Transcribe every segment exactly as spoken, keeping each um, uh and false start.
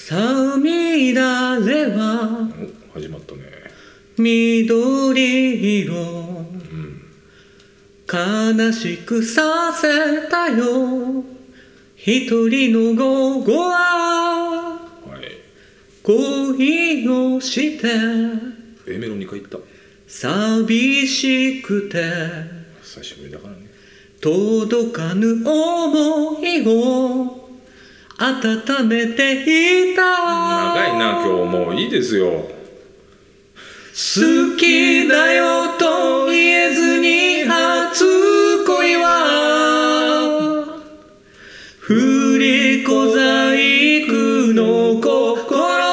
さみだれは始まったね。 緑色、 うん、 悲しくさせたよ一人の午後は、 はい、 恋をして A メロにかい行った。 寂しくて久しぶりだからね。 届かぬ想いを温めていた。 長いな今日。もういいですよ。 好きだよと言えずに初恋は振り小細工の心、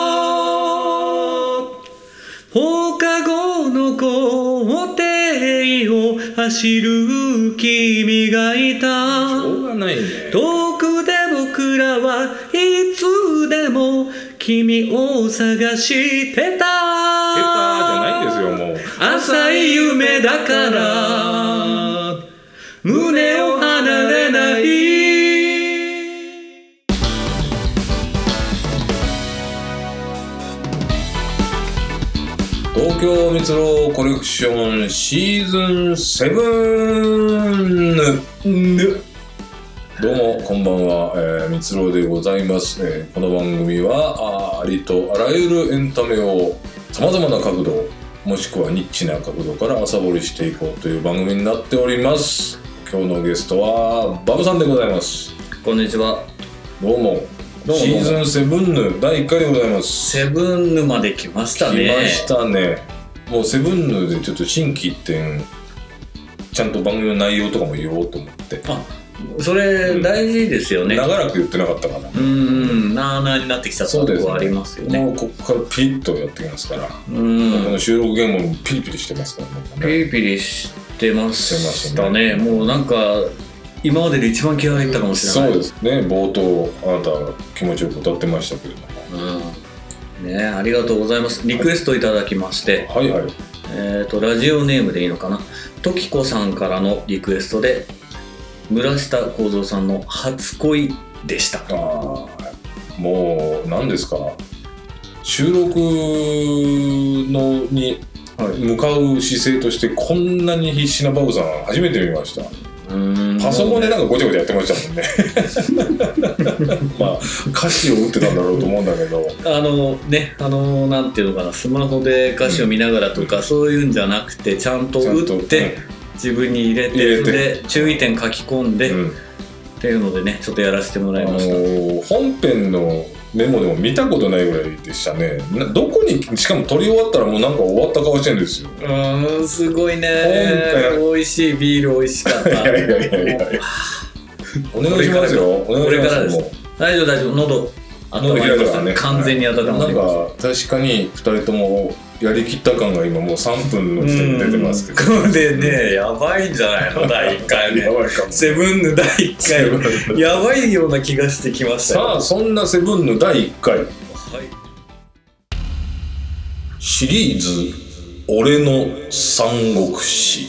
放課後の校庭を走る君がいた。 しょうがないね。 遠くで僕らはいつでも君を探してた。 ペターじゃないですよ。もう浅い夢だから胸を離れない。 東京蜜ろコレクションシーズンセブン。どうもこんばんは、えー、蜜ろでございます、えー、この番組は あ, ありとあらゆるエンタメをさまざまな角度もしくはニッチな角度から朝掘りしていこうという番組になっております。今日のゲストはバブさんでございます。 こんにちは。 どうも。どうもシーズンセブンヌだいいっかいでございます。 セブンヌまで来ましたね。 来ましたね。もうセブンヌでちょっと心機一転ちゃんと番組の内容とかも言おうと思って。あ、 それ大事ですよね、うん、 長らく言ってなかったから。 うんうんなあなあになってきたところはありますよね。 もうここからピリッとやってきますから。うんこの収録現場もピリピリしてますからね。 ピリピリしてましたね。もうなんか今までで一番気が入ったかもしれない。 そうですね。冒頭あなたは気持ちよく歌ってましたけれども、 うん、ねありがとうございます。リクエストいただきまして、 はいはいはい、 えーとラジオネームでいいのかな、ときこさんからのリクエストで村下幸三さんの初恋でした。 あもう何ですか、収録のに向かう姿勢としてこんなに必死なバブさん初めて見ました。うーんパソコンでなんかごちゃごちゃやってましたもんねまあ歌詞を打ってたんだろうと思うんだけど、 あのねあのなんていうのかな、スマホで歌詞を見ながらとか、うん、そういうんじゃなくてちゃんと打って、自分に入れて、入れてで注意点書き込んで、うん、っていうのでねちょっとやらせてもらいました。あのー、 本編のメモでも見たことないぐらいでしたね。などこにしかも撮り終わったらもうなんか終わった顔してるんですよ。 うーんすごいね。美味しいビール美味しかった。いやいやいやいやお願いしますよ。お願いします。これからです。 大丈夫大丈夫。喉喉開いてますね。 完全に温まってます。 なんか確かにふたりともやりきった感が今もうさんぷんの時点で出てますけど、 これねやばいんじゃないのだいいっかいね。やばいかも。セブンヌだいいっかいやばいような気がしてきましたよ。 さあそんなセブンヌだいいっかい、はい、シリーズ俺の三国志。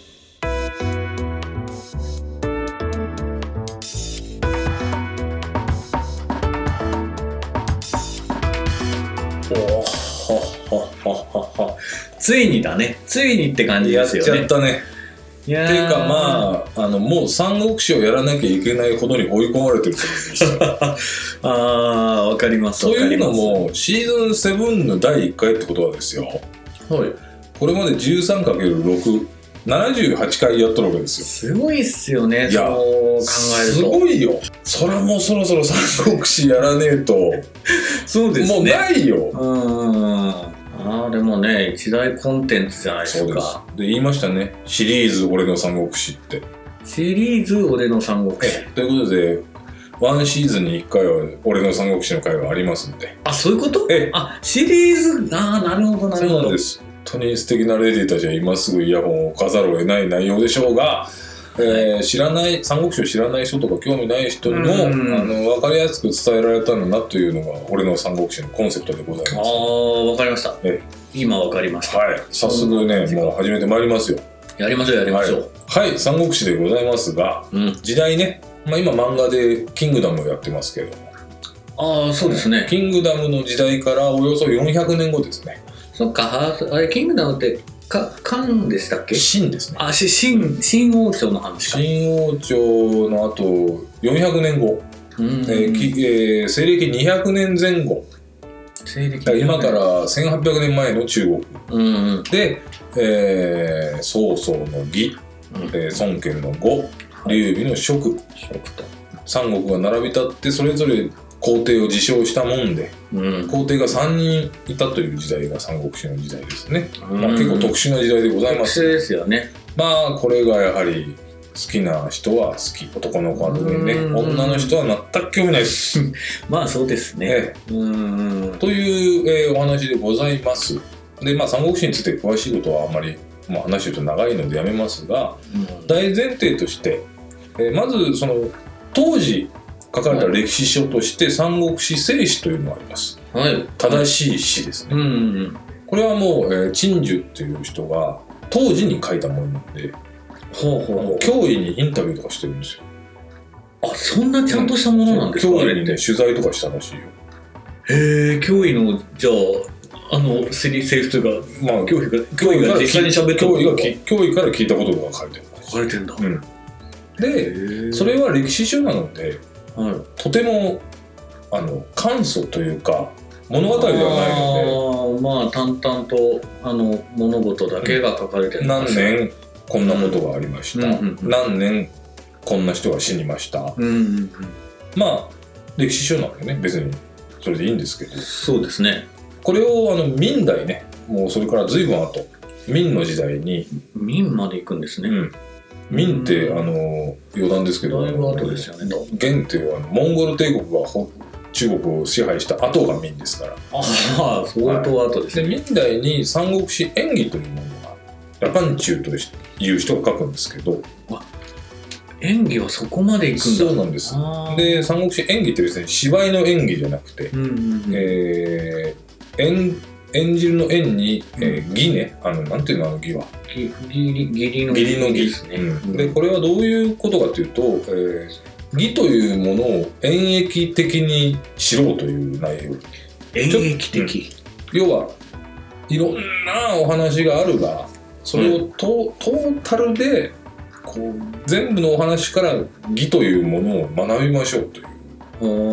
ついにだね。ついにって感じですよね。 やっちゃったね。いやっていうかまあ、あのもう三国志をやらなきゃいけないほどに追い込まれてると思うんですよああわかります。 そういうのもシーズンセブンのだいいっかいってことはですよ、はい、これまで じゅうさんかけるろく ななじゅうはちかいやっとるわけですよ。 すごいっすよね。いやそう考えるとすごいよ。そらもうそろそろ三国志やらねえとそうですね、 もうないよ。 うんあでもね一大コンテンツじゃないですか。そうです。 で言いましたね、シリーズ俺の三国志って。 シリーズ俺の三国志ということでワンシーズンにいっかいは俺の三国志の回がありますんで。 あそういうこと。えあシリーズあなるほどなるほど。そうなんです。本当に素敵なレディーたちは今すぐイヤホンを置かざるを得ない内容でしょうが、えー、知らない三国志を知らない人とか興味ない人にも、うん、あの分かりやすく伝えられたんだなというのが俺の三国志のコンセプトでございます。ああ分かりました。え今分かりました。 はい早速ね、うん、もう始めてまいりますよ。 やりましょうやりましょう。 はい、はい、三国志でございますが、うん、時代ね、まあ、今漫画でキングダムをやってますけれども、 ああそうですね。 キングダムの時代からおよそよんひゃくねんごですね。 そっか、あれキングダムってかカンでしたっけ？ 秦ですね。 あし秦秦王朝の話か。 秦王朝の後よんひゃくねんご、 うんえーきえー西暦にひゃくねんぜん後、 西暦だから今からせんはっぴゃくねんまえの中国うんうんで、えー、曹操の義、 うんえー孫権の呉、劉備の蜀、三国が並び立ってそれぞれ皇帝を自称したもんで、 うん皇帝がさんにんいたという時代が三国志の時代ですね。 うんまあ、結構特殊な時代でございます。 特殊ですよね。 まあこれがやはり好きな人は好き、男の子は特にね、 うん女の人は全く興味ないです。 まあそうですね。 えうんえという、えーお話でございます。で、まあ三国志について詳しいことはあんまり、まあ、話してると長いのでやめますが、大前提として、えーまずその当時書かれた歴史書として三国志正史というのがあります。 はい。 正しい史ですね。 うんうんこれはもう、えー陳寿っていう人が当時に書いたものなんで、 ほうほうほう。 脅威にインタビューとかしてるんですよ。 あ、そんなちゃんとしたものなんですか、あれって脅威にね。取材とかしたらしいよ。 へえ、脅威のじゃああのセリセリフというか、 まあ脅威が脅威が実際に喋った脅威がことき脅威から聞いたことが書いてある。 書かれてんだ。 うん。で、 へえそれは歴史書なので、 はい。 とてもあの簡素というか物語ではないのあーまあ淡々とあの物事だけが書かれてで、 る何年こんなことがありました、 うんうんうん何年こんな人が死にました、 うんうんうん。 まあ歴史書なのでね、別にそれでいいんですけど、 そうですね。 これをあの明代ね、もうそれから随分後、明の時代に、 明まで行くんですね。 うん、明ってあの余談ですけど、 だいぶ後ですよね。 元っていうあのモンゴル帝国がほ中国を支配した後が明ですから。 ああ、相当後ですでね。 明代に三国志演義というものが羅漢中という人が書くんですけど、 演技はそこまで行くんだ。 そうなんです。 あーで三国志演義って別に芝居の演技じゃなくて、 うんうんうん。 えー演演じるの演に、えー義ね、あのなんていうのあの義はぎ義理義理の義理の義ですね。 うんでこれはどういうことかというと、えー義というものを演繹的に知ろうという内容。 演劇的。 要はいろんなお話があるが、それをト,、トータルでこう全部のお話から義というものを学びましょうという、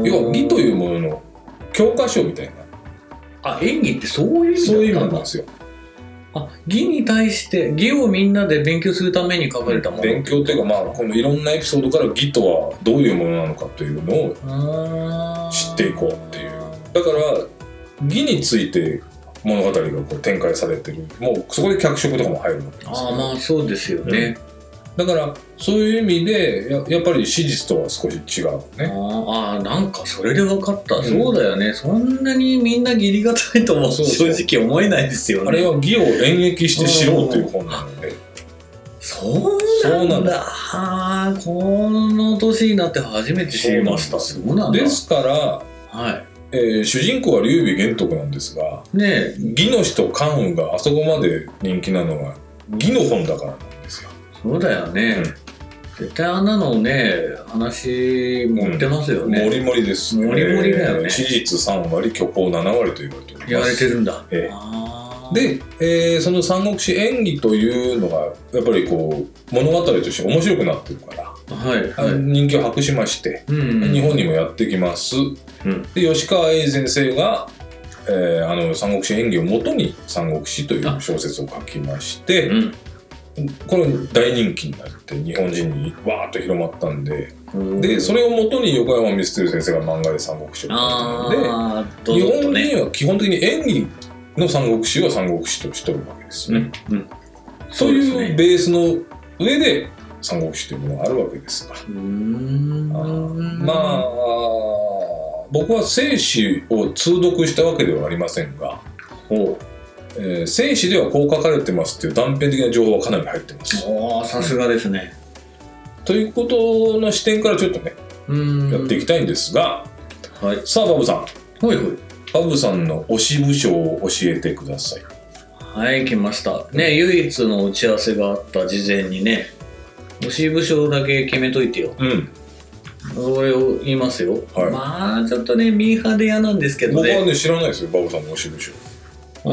要は義というものの教科書みたいな、 あ、演技ってそういう意味だったんだ。 そういう意味なんですよ。 あ、義に対して義をみんなで勉強するために書かれたもの。 勉強というか、まあ、このいろんなエピソードから義とはどういうものなのかというのをあー知っていこうっていう。だから義について物語がこう展開されてる、もうそこで脚色とかも入るわけですよ。 あーまあそうですよね。 だからそういう意味で や, やっぱり史実とは少し違うね。 あーあー、なんかそれで分かった、 んそうだよね。そんなにみんな義理がたいともそうそう正直思えないですよね。 あれは義を演繹して知ろうという本なので、 そうなんだ。 そうなんだあーこの年になって初めて知りました。そうなんだ。 ですから、 はえー主人公は劉備玄徳なんですが、 い。ねえ、 義の使と関羽があそこまで人気なのは義の本だからなんですよ。 そうだよね。絶対あんなのね、話持ってますよね。 もりもりです。 もりもりだよねえー史実さん割、虚構なな割と言われております。 言われてるんだ。 ええあーで、えーその三国志演義というのがやっぱりこう物語として面白くなってるから、 はいはい。 人気を博しまして、 うんうん、 日本にもやってきます。 うんで吉川英治先生が、えーあの三国志演義をもとに三国志という小説を書きまして、 うんこれ大人気になって日本人にわーっと広まったんで、 うん、 でそれをもとに横山光輝先生が漫画で三国志を書いたので、 ああ、どう日ぞとね。 本人は基本的に演技の三国志は三国志としてるわけですね。 うん。 そういうですね。 ベースの上で三国志というものがあるわけですが、 うーん。 まあ僕は正史を通読したわけではありませんが、 ほえー正史ではこう書かれてますっていう断片的な情報はかなり入ってます。 う。おー、さすがですね。 ということの視点からちょっとねうん。 やっていきたいんですが、 はい。 さあバブさん、 ほいほい。 バブさんの推し武将を教えてください。 はい、来ました。ね、唯一の打ち合わせがあった事前にね、推し武将だけ決めといてよ。 うん。 それを言いますよ、 はいまあちょっとねミーハーで嫌なんですけどね。 僕はね知らないですよバブさんの推し部署。 うん、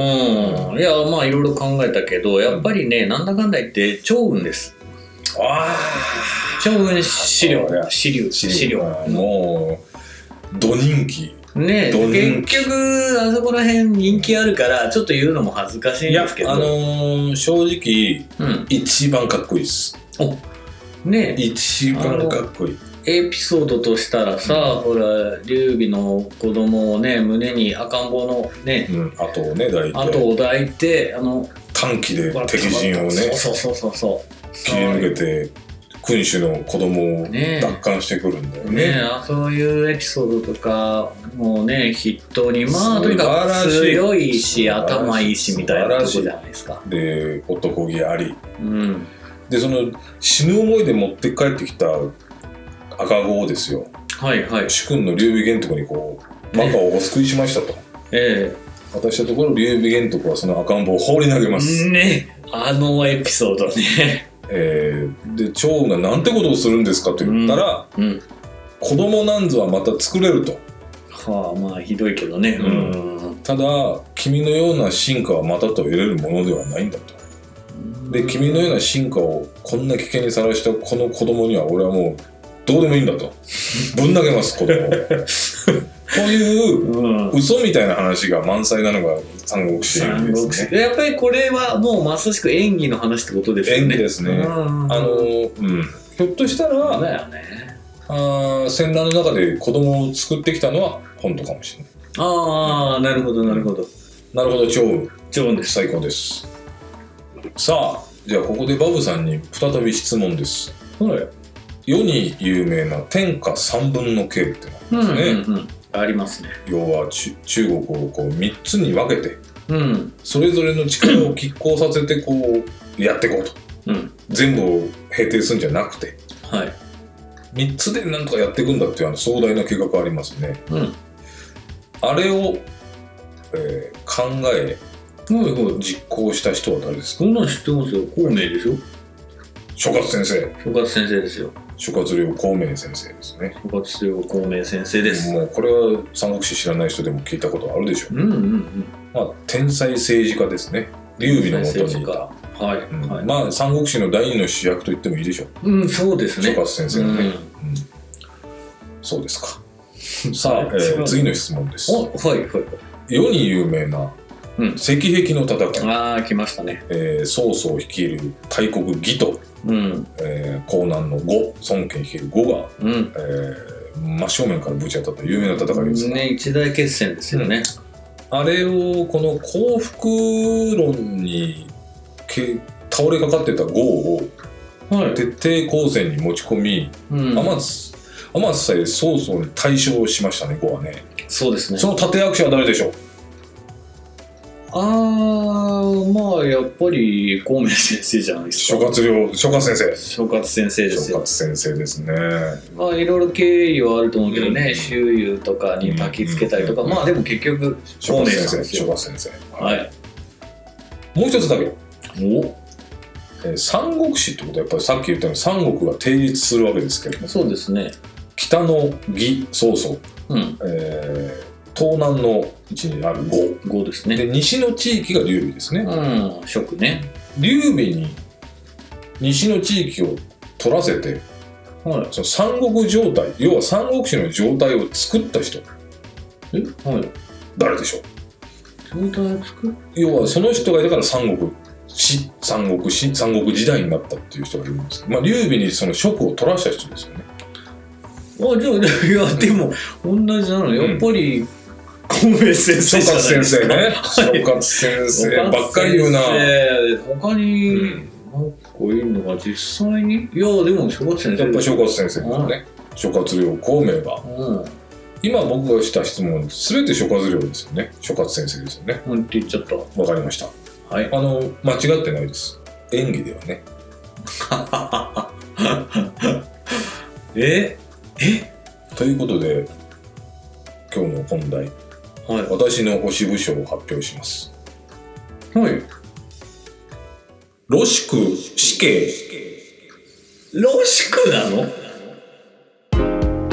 いやまあいろいろ考えたけどやっぱりね、うん、なんだかんだ言って趙雲です。 ああ趙雲資料資料資料もうど人気ね。結局あそこら辺人気あるからちょっと言うのも恥ずかしいんですけど、 いやあのー、正直、うん、一番かっこいいです。 おね一番かっこいいエピソードとしたらさ、うん、ほら劉備の子供をね胸に赤ん坊のね、 うん、後をね抱いて後を抱いてあの短期で敵陣をねそうそうそうそう切り抜けて君主の子供を奪還してくるんだよね。 ねえ、あそういうエピソードとかもうね筆頭にまあとにかく強いし頭いいしみたいなとこじゃないですか。 で男気あり、 うん、 でその死ぬ思いで持って帰ってきた赤子をですよ、 はいはい、 主君の劉備玄徳にこうマカをお救いしましたと、 ええー、渡したところ劉備玄徳はその赤ん坊を放り投げますね。あのエピソードねえー、で趙雲がなんてことをするんですかと言ったら、うんうん、子供なんぞはまた作れると。 はあまあひどいけどね、うん、 ただ君のような進化はまたと得れるものではないんだと。で君のような進化をこんな危険にさらしたこの子供には俺はもうどうでもいいんだとぶん投げます子供をという嘘みたいな話が満載なのが三国志ですね。 やっぱりこれはもうまさしく演技の話ってことですよね。 演技ですね。あの、うん、ひょっとしたらだよね。 あ戦乱の中で子供を作ってきたのは本当かもしれない。 ああなるほどなるほどなるほど。趙雲趙雲です最高です。さあじゃあここでバブさんに再び質問です。 はい。 世に有名な天下三分の計ってのがあるんですね、 うんうんうん、ありますね。 要は中国をこうみっつに分けて、 うん、 それぞれの力を拮抗させてこうやっていこうと、 うん、 全部を平定するんじゃなくて、 はい、 みっつでなんとかやっていくんだっていうあの壮大な計画がありますね、 うん、 あれを、えー、考え、 はいはい、 実行した人は誰ですか？ こんなの知ってますよ。孔明でしょ。 諸葛先生。 諸葛先生ですよ。 諸葛亮孔明先生ですね。 諸葛亮孔明先生です。 もうこれは三国志知らない人でも聞いたことあるでしょう。 うんうんうん。 まあ天才政治家ですね。劉備のもとにいた。 はい、うんはい、 まあ三国志の第二の主役と言ってもいいでしょう。 うん、そうですね。 諸葛先生のね、うんうん、そうですか。さあ、えー、次の質問です。 はいはいはい。 世に有名な石壁の戦い、 ああ来ましたね。 えー、曹操率いる大国魏と、 うんえー、江南の呉孫権率いる呉が、 うんえー、真正面からぶち当たった有名な戦いですね。一大決戦ですよね、 うん、あれをこの降伏論にけ倒れかかってた呉を、はい、徹底抗戦に持ち込み、うん、天津天津さえ曹操に大勝しましたね。呉はね。 そうですね。 その立役者は誰でしょう？ あーまあやっぱり孔明先生じゃないですか。 諸葛亮諸葛先生諸葛先生ですよ。 諸葛先生ですね。 まあいろいろ経緯はあると思うけどね、周遊、うん、とかに焚きつけたりとか、うん、まあでも結局諸葛先生諸葛先生はい。 もう一つだけお、 えー、三国志ってことはやっぱりさっき言ったように三国が定立するわけですけれども、 そうですね。 北の魏曹操、 うん、 えー東南の位置にある呉呉ですね。 で西の地域が劉備ですね。 うん、蜀ね。 劉備に西の地域を取らせて、はい、その三国状態、要は三国志の状態を作った人、 え、はい、 誰でしょう？ 状態を作る？ 要はその人がいたから三国史三国史三国時代になったっていう人がいるんです。まあ劉備にその蜀を取らした人ですよね。 あ、じゃあいやでも同じなの、やっぱり。うん、孔明先生じゃないですか。諸葛先生ね。諸葛先生ばっかり言うな。 他に何個いるのが実際に、いやでも諸葛先生。 やっぱ諸葛先生ですね。諸葛亮孔明が、 うん、 今僕がした質問すべて諸葛亮ですよね。諸葛先生ですよね。 うんって言っちゃった。 わかりました。 はい。 あの間違ってないです。演技ではね。 ええということで今日の本題。はい、私の推し武将を発表します。 はい。 ロシク死刑。 ロシクなの？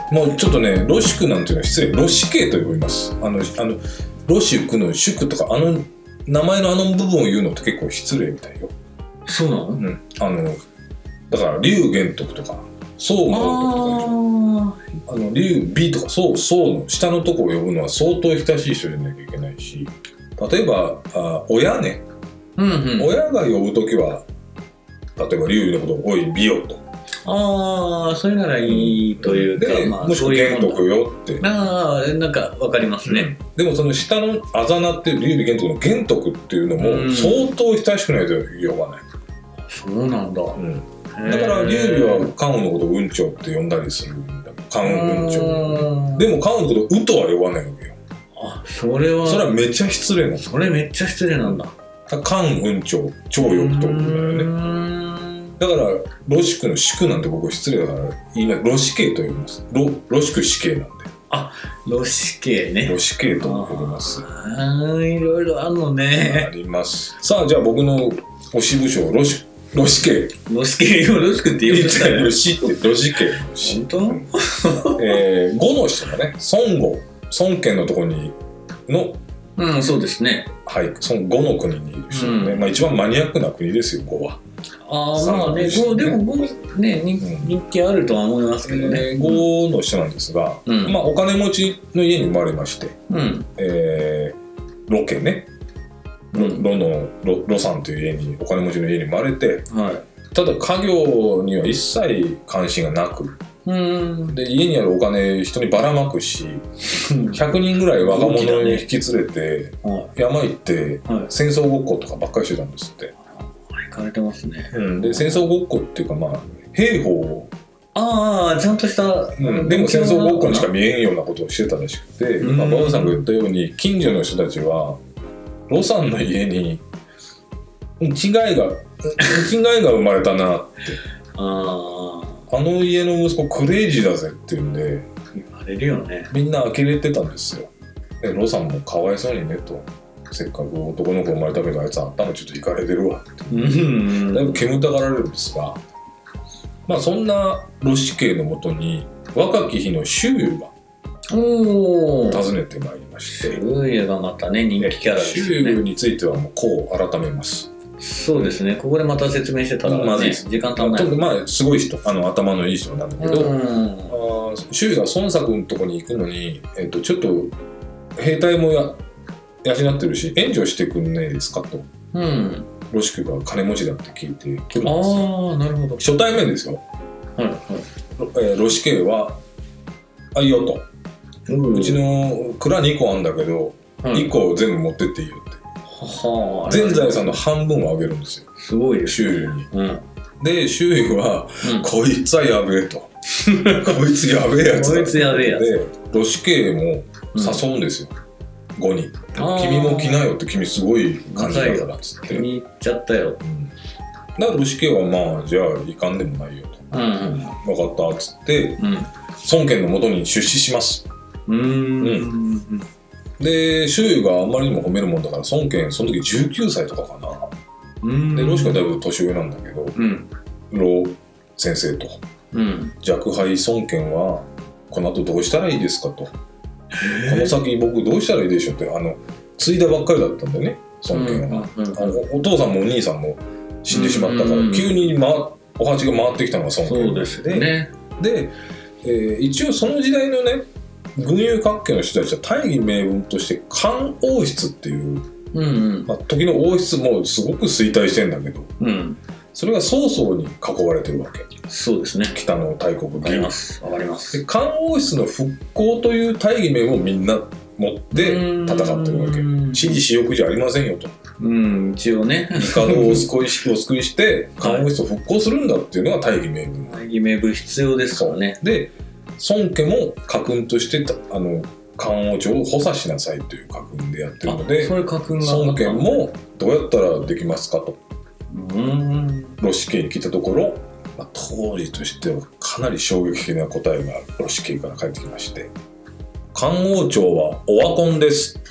もうちょっとねロシクなんていうのは失礼ロシ系と呼びます。あのあのロシクのシュクとかあの名前のあの部分を言うのって結構失礼みたいよ。 そうなの？ うん、あのだから龍玄徳とか宋のとかあの龍美とか宋宋の下のとこを呼ぶのは相当親しい人じゃなきゃいけないし、例えばあ親ね、 うんうん、 親が呼ぶときは例えば龍のことをおい美よと。 ああ、それならいいというか、 で、 まあ、 もしくは玄徳よって。 ああ、なんかわかりますね、 うん、でもその下のあざなっていう龍美玄徳の玄徳っていうのも相当親しくないと呼ばない。 そうなんだ、 うん、だから劉備は関羽のことを雲長って呼んだりするんだけど、関羽雲長でも関羽のことをうとは呼ばないわけよ。 あ、それはそれはめっちゃ失礼なの。 それめっちゃ失礼なんだ。 関雲長超よくとるんだよね。だからロシクのシクなんて僕は失礼だから言いないロシ系と呼びます。 ロ, ロシクシ系なんで。 あ、ロシ系ね。 ロシ系と呼びます。 ああ、いろいろあるのね。 あります。さあじゃあ僕の推し武将ロシロシ系。 ロシ系よ、ロシクって言うたらロシってロシ系。 本当？ えー、呉の人がね、孫呉、孫権のところにの、 うん、そうですね。 はい、その呉の国にいる人ね、うん、まあ一番マニアックな国ですよ、呉は。 ああ、まあね、呉でも呉ね、人気あるとは思いますけどね。 呉の人なんですが、うん、まあお金持ちの家に生まれまして、うん、えー、ロ家ね。ロ, ロの ロ, ロさんという家にお金持ちの家に生まれて、はい、ただ家業には一切関心がなく、うんで家にあるお金人にばらまくしひゃくにんぐらい若者に引き連れて、ね、山行って、はい、戦争ごっことかばっかりしてたんですって。 行かれてますね、 うん、で戦争ごっこっていうかまあ兵法をああちゃんとした、 うん、でも戦争ごっこにしか見えんようなことをしてたらしくて、まあ、バウさんが言ったように近所の人たちはロさんの家に違いが違いが生まれたなってああの家の息子クレイジーだぜっていうんで言われるよね。 みんな呆れてたんですよ。でロさんもかわいそうにねと、せっかく男の子生まれたけどあいつ頭ちょっといかれてるわってだいぶ煙たがられるんですが、まあそんなロシ系のもとに若き日の周遊が訪ねてまいりまして、 周遊がまたね人気キャラですよね。 周遊についてはもうこう改めます。 そうですね、ここでまた説明してたら、ね、まあ、時間足んない。 まあすごい人、あの頭のいい人なんだけど、あ周囲が孫作のとこに行くのに、えっと、ちょっと兵隊もや養ってるし援助してくんねえですかと、うん、ロシクが金持ちだって聞いて来るんですよ。 ああ、なるほど。 初対面ですよ、はいはい。えー、ロシ系はあいいよと、うん、うちの蔵にこあんだけど、はい、いっこ全部持ってっていいよって、はあ、全財産の半分をあげるんですよ。 すごい周囲に、うん、で周囲は、うん、こいつはやべえとこいつやべえやつだこいつやべえやつでロシ系も誘うんですよ、うん、ごに君も来なよって、君すごい感じだからっつって気に入っちゃったよ、 うん、だからロシ系はまあじゃあいかんでもないよと、うんうん、分かったっつって、うん、孫権のもとに出資します。うーん、うんで周囲があんまりにも褒めるもんだから孫権その時じゅうきゅうさいとかかな。うんでロシクはだいぶ年上なんだけど、うん、ロ先生と、うん、若輩孫権はこの後どうしたらいいですかと、この先僕どうしたらいいでしょうって、あの継いだばっかりだったんだよね孫権は、うんうんうん、あのお父さんもお兄さんも死んでしまったから、うんうん、急に、ま、お鉢が回ってきたのが孫権そうですね。 で、えー、一応その時代のね群雄割拠の人たちは大義名分として漢王室っていう、うんうんまあ、時の王室もすごく衰退してんだけど、うん、それが曹操に囲われてるわけ。 そうですね。 北の大国わかりますわかります。 で漢王室の復興という大義名分をみんな持って戦ってるわけ。私利私欲じゃありませんよと、 うん、一応ね帝をお救いし、お救いして漢王室を復興するんだっていうのが大義名分。 大義名分必要ですからね。 で孫家も家訓としてあの漢王朝を補佐しなさいという家訓でやってるので、 そういう家訓が孫権もどうやったらできますかとうんロシ系に来たところ、まあ、当時としてはかなり衝撃的な答えがロシ系から返ってきまして、漢王朝はオワコンです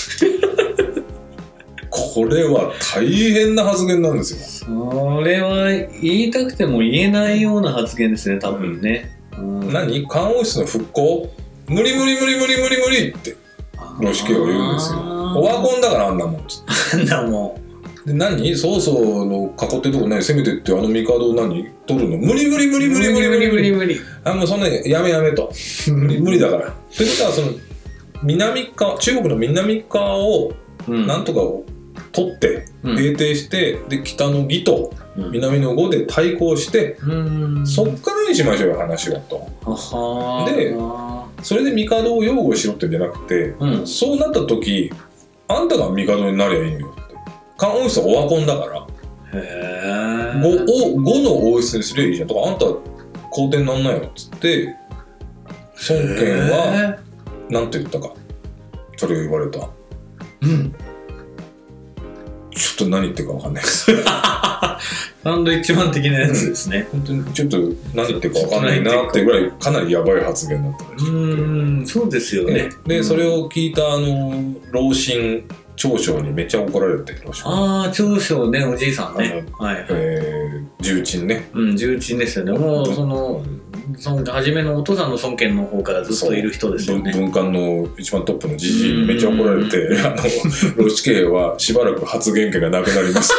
これは大変な発言なんですよ。 それは言いたくても言えないような発言ですね多分ね、 何看護師の復興無理無理無理無理無理無理ってロシケを言うんですよ。オワコンだからあんなもんつってあんなもんで何曹操の囲ってるとこ何攻めてってあの帝を何取るの無理無理無理無理無理無理無理無理あもうそんなやめやめと無理無理だからということはその南側中国の南側をなんとか取って平定して、うん、で北の義と南の呉で対抗して、うん、そっからにしましょうよ話はと。はでそれで帝を擁護しろってんじゃなくて、うん、そうなった時あんたが帝になりゃいいのよって看護師はオワコンだからへ呉の王室にすりゃいいじゃんとかあんた皇帝になんないよっつって孫権はなんて言ったかそれを言われた。うんちょっと何言ってるか分かんないですサンドイッチマン的なやつですね、 うん、本当にちょっと何言ってるか分かんないなってぐらいかなりやばい発言だったらしくてうんそうですよねで、うん、それを聞いたあの老臣長将にめっちゃ怒られてああ長将ねおじいさんねはい、はいえー、重鎮ねうん重鎮ですよねもうそのその初めのお父さんの孫権の方からずっといる人ですよね文官の一番トップのじじいにめっちゃ怒られてあのロシケはしばらく発言権がなくなります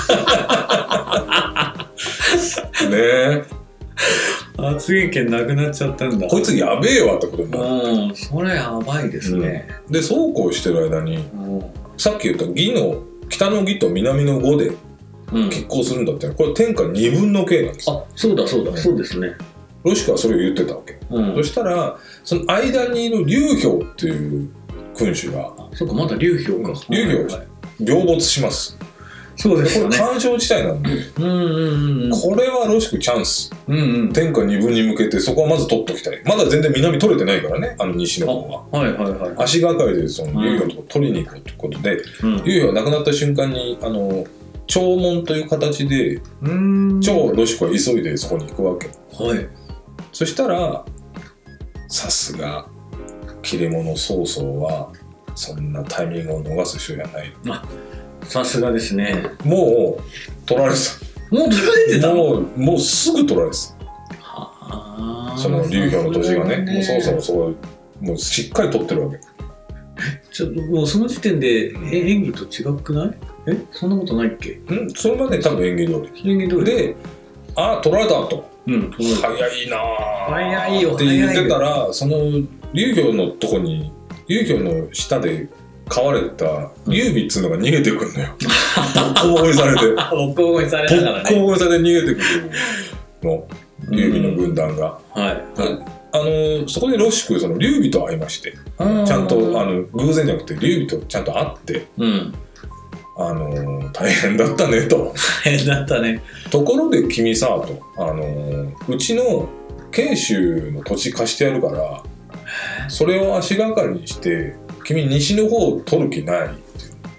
ねえ発言権なくなっちゃったんだこいつやべえわってことになってうんそれやばいですね、 うん、でそうこうしてる間にさっき言った義の北の義と南の呉で拮抗するんだってこれ天下二分の計なんです。 あそうだそうだ、うん、そうですねロシカはそれを言ってたわけ、うん、そしたらその間にいる劉氷っていう君主がそうかまだ劉氷か劉氷が病没します。 そうですよねこれ干渉地帯なんで、うんうんうん、これはロシクチャンス、うんうん、天下二分に向けてそこはまず取っときたい。まだ全然南取れてないからねあの西の方は、はいはいはい、足がかりでその劉氷のとこ取りに行こうということで、うん、劉氷は亡くなった瞬間にあの弔問という形で超ロシクは急いでそこに行くわけ、はい、そしたらさすが切れ者曹操はそんなタイミングを逃す人じゃない。 あさすがですね。 もう取られてた。 もう取られてたの？ もうもうすぐ取られてた。はあ。その劉氷の土地がね、もう曹操もそうもうしっかり取ってるわけ。 ちょっともうその時点でえ演技と違くない？えそんなことないっけ？ うんそれまで多分演技通り。 演技通りで、あ取られたと。うん、早いな早いよって言ってたらその劉氷のとこに劉氷の下で飼われた劉備っつうのが逃げてくるのよ。ボッコボコにされてボッコボコにされたからねボッコボコにされて逃げてくるの劉備の軍団が、うん、はい、あのそこでロシクその劉備と会いましてちゃんとあの偶然じゃなくて劉備とちゃんと会って、うん、あの大変だったねと大変だったねところで君さとあのうちの慶州の土地貸してやるからそれを足がかりにして君西の方を取る気ないっていう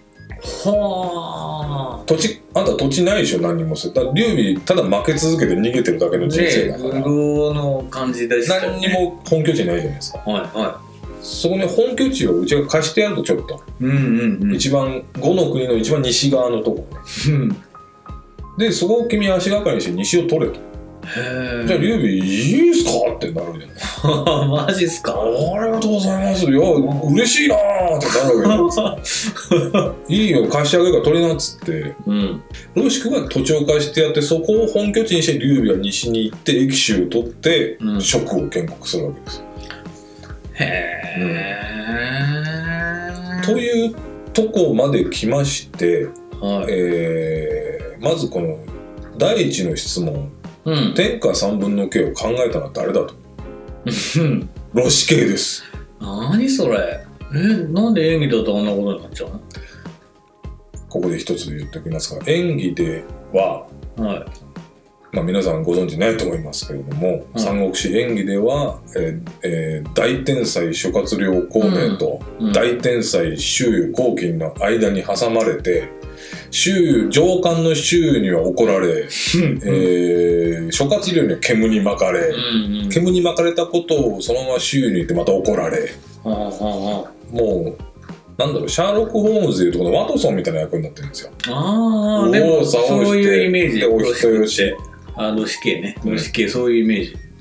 はあ土地あんた土地ないでしょ何にもするだから劉備ただ負け続けて逃げてるだけの人生だからね愚の感じでしたね何にも本拠地ないじゃないですかはいはいそこに本拠地をうちが貸してやるとちょっと、うんうんうん、一番呉の国の一番西側のとこね、うん、でそこを君足がかりにして西を取れとへじゃあ劉備いいっすかってなるじゃないマジっすかありがとうございますいや嬉しいなーってなるわけよいいよ貸してあげるから取りなっつって、うん、ロシクが土地を貸してやってそこを本拠地にして劉備は西に行って益州を取って、うん、蜀を建国するわけですへー、うん、というとこまで来まして、はいえー、まずこの第一の質問うん、天下三分の計を考えたのは誰だとロシケです。 何それえなんで演技だとあんなことになっちゃうのここで一つ言っておきますが演技では、はいまあ、皆さんご存知ないと思いますけれども、はい、三国志演技では、えーえー、大天才諸葛亮孔明と、うんうん、大天才周遊黄巾の間に挟まれて周上官の周には怒られ、うんえー、諸葛亮には煙に巻かれ、うんうん、煙に巻かれたことをそのまま周に言ってまた怒られ、うんうん、もうなんだろうシャーロック・ホームズでいうとこのワトソンみたいな役になってるんですよ。 ああでもそういうイメージでお人よしあの死刑ね、うん、死刑そういうイメージ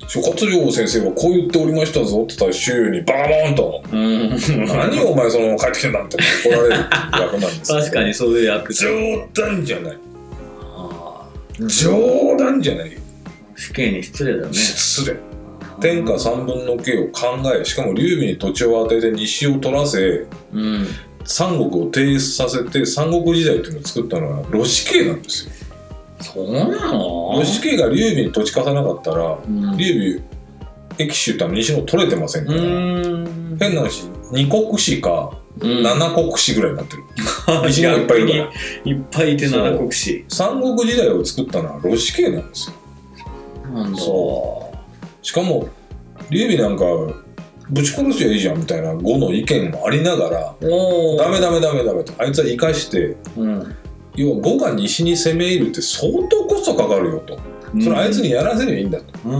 諸葛亮先生はこう言っておりましたぞって言ったら周囲にバカボーンと、うん、何をお前その帰ってきてんだって怒られる役なんです確かにそういう役冗談じゃない、あ冗談じゃない、 死刑に失礼だね。 失礼。天下三分の計を考え、しかも劉備に土地を与えて西を取らせ、うん、三国を提出させて三国時代っていうのを作ったのは露死刑なんですよ。 そうなの？ 露死刑が劉備に土地貸さなかったら、うん、劉備益州って西の取れてませんから、変な話二国士か、うん、七国士ぐらいになってる西のいっぱいいるからいっぱいいて七国士。 三国時代を作ったのは露死刑なんですよ。 なんだ。 そうしかも劉備なんかぶち殺しゃいいじゃんみたいな呉の意見もありながらダメダメダメダメとあいつは生かして、うん、要は呉が西に攻め入るって相当コストかかるよと、うん、それあいつにやらせればいいんだと、うん、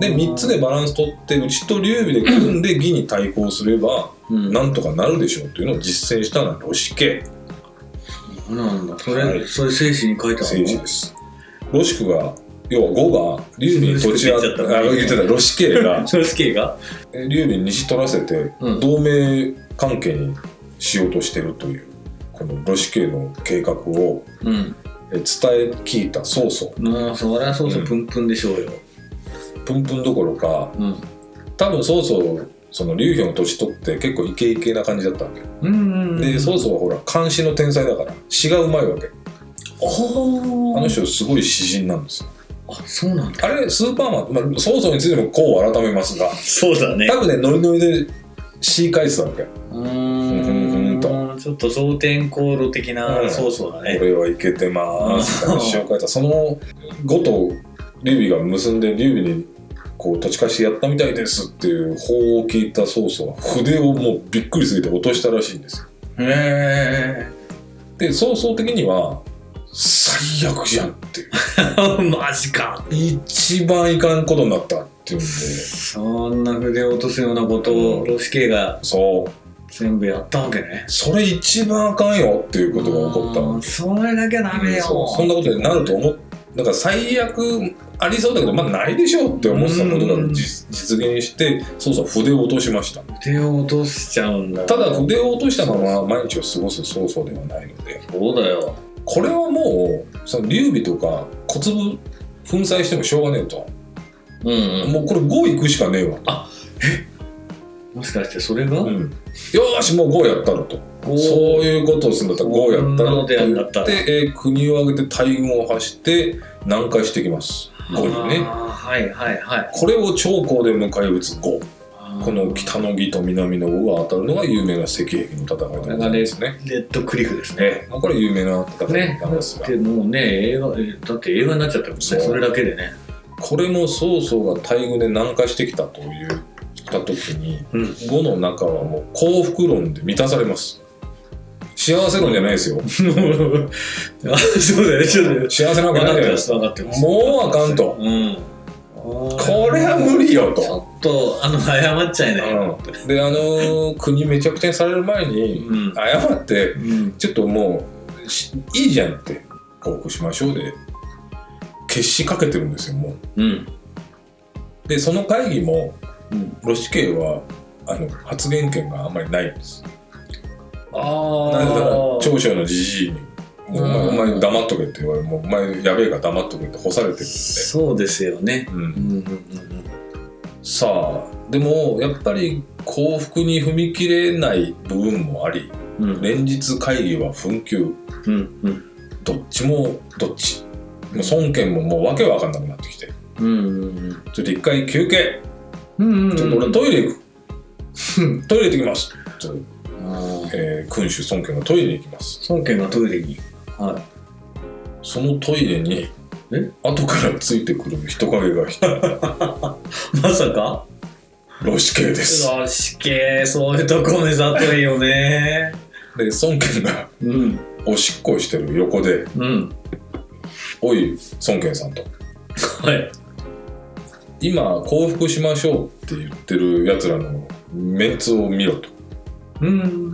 でみっつでバランス取ってうちと劉備で組んで魏に対抗すれば、うん、なんとかなるでしょうというのを実践したのは露死刑。 なんだそれ、はい、それ正史に書いてあるの？ 正史です。露死区が要は呉が劉備に土地を言ってた露死刑が露死刑が劉備に西取らせて同盟関係にしようとしてるというこの露死刑の計画を伝え聞いた曹操、 うん、もうそりゃ曹操プンプンでしょうよ、 うん、プンプンどころか、うん、多分曹操その劉備の土地取って結構イケイケな感じだったわけ、うんうんうん、で曹操はほら漢詩の天才だから詩がうまいわけ。あの人すごい詩人なんですよ。 あ、そうなんだ。 あれスーパーマン、まあ、曹操についてもこう改めますがそうだね多分ねノリノリで詩書いてたわけ。うーんとちょっと蒼天航路的な曹操だね。 これはいけてますって詩を書いた。その呉と劉備が結んで劉備にこう土地貸しやったみたいですっていう報を聞いた曹操は筆をもうびっくりすぎて落としたらしいんですよ。へー。で曹操的には最悪じゃんっていうマジか一番いかんことになったっていうんでそんな筆を落とすようなことを露死刑がそう全部やったわけね。 それ一番あかんよっていうことが起こったの。 それだけダメよ、うん、 そうそんなことになると思っだから最悪ありそうだけどまあないでしょうって思ってたことが実現してそうそう筆を落としました。 筆を落としちゃうんだ。 ただ筆を落としたまま毎日を過ごす曹操ではないので。 そうだよ。 これはもうその劉備とか小粒粉砕してもしょうがねえと、うんうん、もうこれご行くしかねえわ。 あえもしかしてそれが、うん、 よーしもうごやったろとそういうことをするんだったらごやったろって言って、えー、国を挙げて大軍を発して南下してきますごにね。 はいはいはい。 これを長江で迎え撃つご。この北の魏と南の呉が当たるのが有名な赤壁の戦いでございますね。 レッドクリフですね。 まあ、これ有名な戦いなんですが、 ね、もうね映画だって映画になっちゃったもんね。それだけでね。 これも曹操が大軍で南下してきたというった時に、うん、呉の中はもう幸福論で満たされます。幸せ論じゃないですよ。そうだよね。 幸せなわけないじゃないですか。もうあかんと。うんこれは無理よと。 ちょっとあの謝っちゃいね、 うん、であの国めちゃくちゃにされる前に、うん、謝って、うん、ちょっともういいじゃんって降伏しましょうで決しかけてるんですよもう、うん、でその会議も、うん、露死刑はあの発言権があんまりないんです。あなぜなら長州のじじいにもうお前、お前黙っとけって言われてもうお前やべえから黙っとけって干されてるんで。 そうですよね、うんうんうんうん、 さあでもやっぱり降伏に踏み切れない部分もあり、うん、連日会議は紛糾、うんうん、どっちもどっちもう孫権ももうわけわかんなくなってきて、うんうんうん、ちょっと一回休憩、うんうんうん、ちょっと俺トイレ行くトイレ行ってきますちょっと、えー、君主孫権がトイレに行きます。 孫権がトイレにはい、 そのトイレに後からついてくる人影が一人まさか露死刑です。 露死刑そういうとこ目ざといよね。 で孫権が、うん、おしっこしてる横で、うん、おい孫権さんと、はい、今降伏しましょうって言ってるやつらのメンツを見ろと、うん、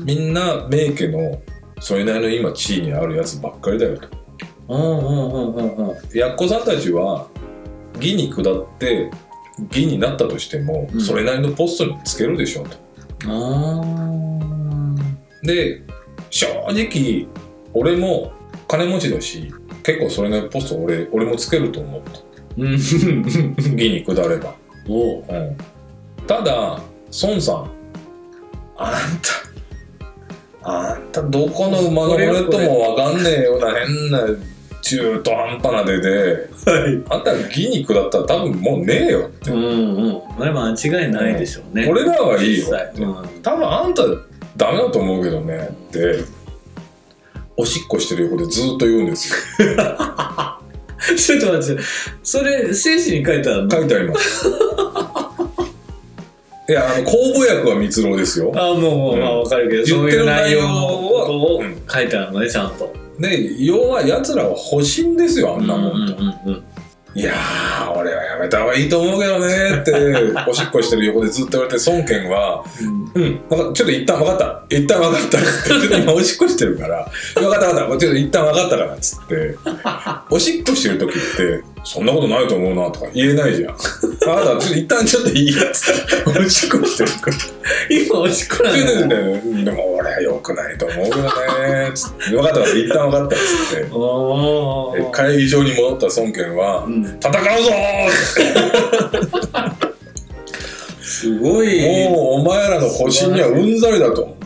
みんな名家のそれなりの今地位にあるやつばっかりだよと。やっこさんたちは義に下って議になったとしても、 うん、 それなりのポストにつけるでしょうと。 あで正直俺も金持ちだし結構それなりのポスト 俺, 俺もつけると思うと議に下ればお、うん、 ただ孫さんあんたあんたどこの馬の俺とも分かんねえような変な中途半端な出で、はい、あんた議に下ったら多分もうねえよって。 うんうん。これ間違いないでしょうね。 うん、俺らはいいよって、うん。多分あんたダメだと思うけどねって、おしっこしてる横でずっと言うんですよ。 ちょっと待って、それ精子に書いてあるの？ 書いてあります。いや、あの公募役は蜜蝋ですよ。 ああ、もうもう、うん、まあわかるけど、そういう内容を書いてあるのね、ちゃんと。 で要はやつらは欲しいんですよ、あんなもんと。うんうんうんうん、いやー俺はやめた方がいいと思うけどねっておしっこしてる横でずっと言われて、孫権はうん、うん、ちょっと一旦分かった一旦分かったって今おしっこしてるから分かった分かったちょっと一旦分かったからっつっておしっこしてる時ってそんなことないと思うなとか言えないじゃん。あなた一旦ちょっといいやつっておしっこしてるから今おしっこなんだよ。 でも俺は良くないと思うけどねつって分かった分かった一旦分かったっつってお会議場に戻った孫権は、うん、戦うぞーってすごいもうお前らの保身にはうんざりだと。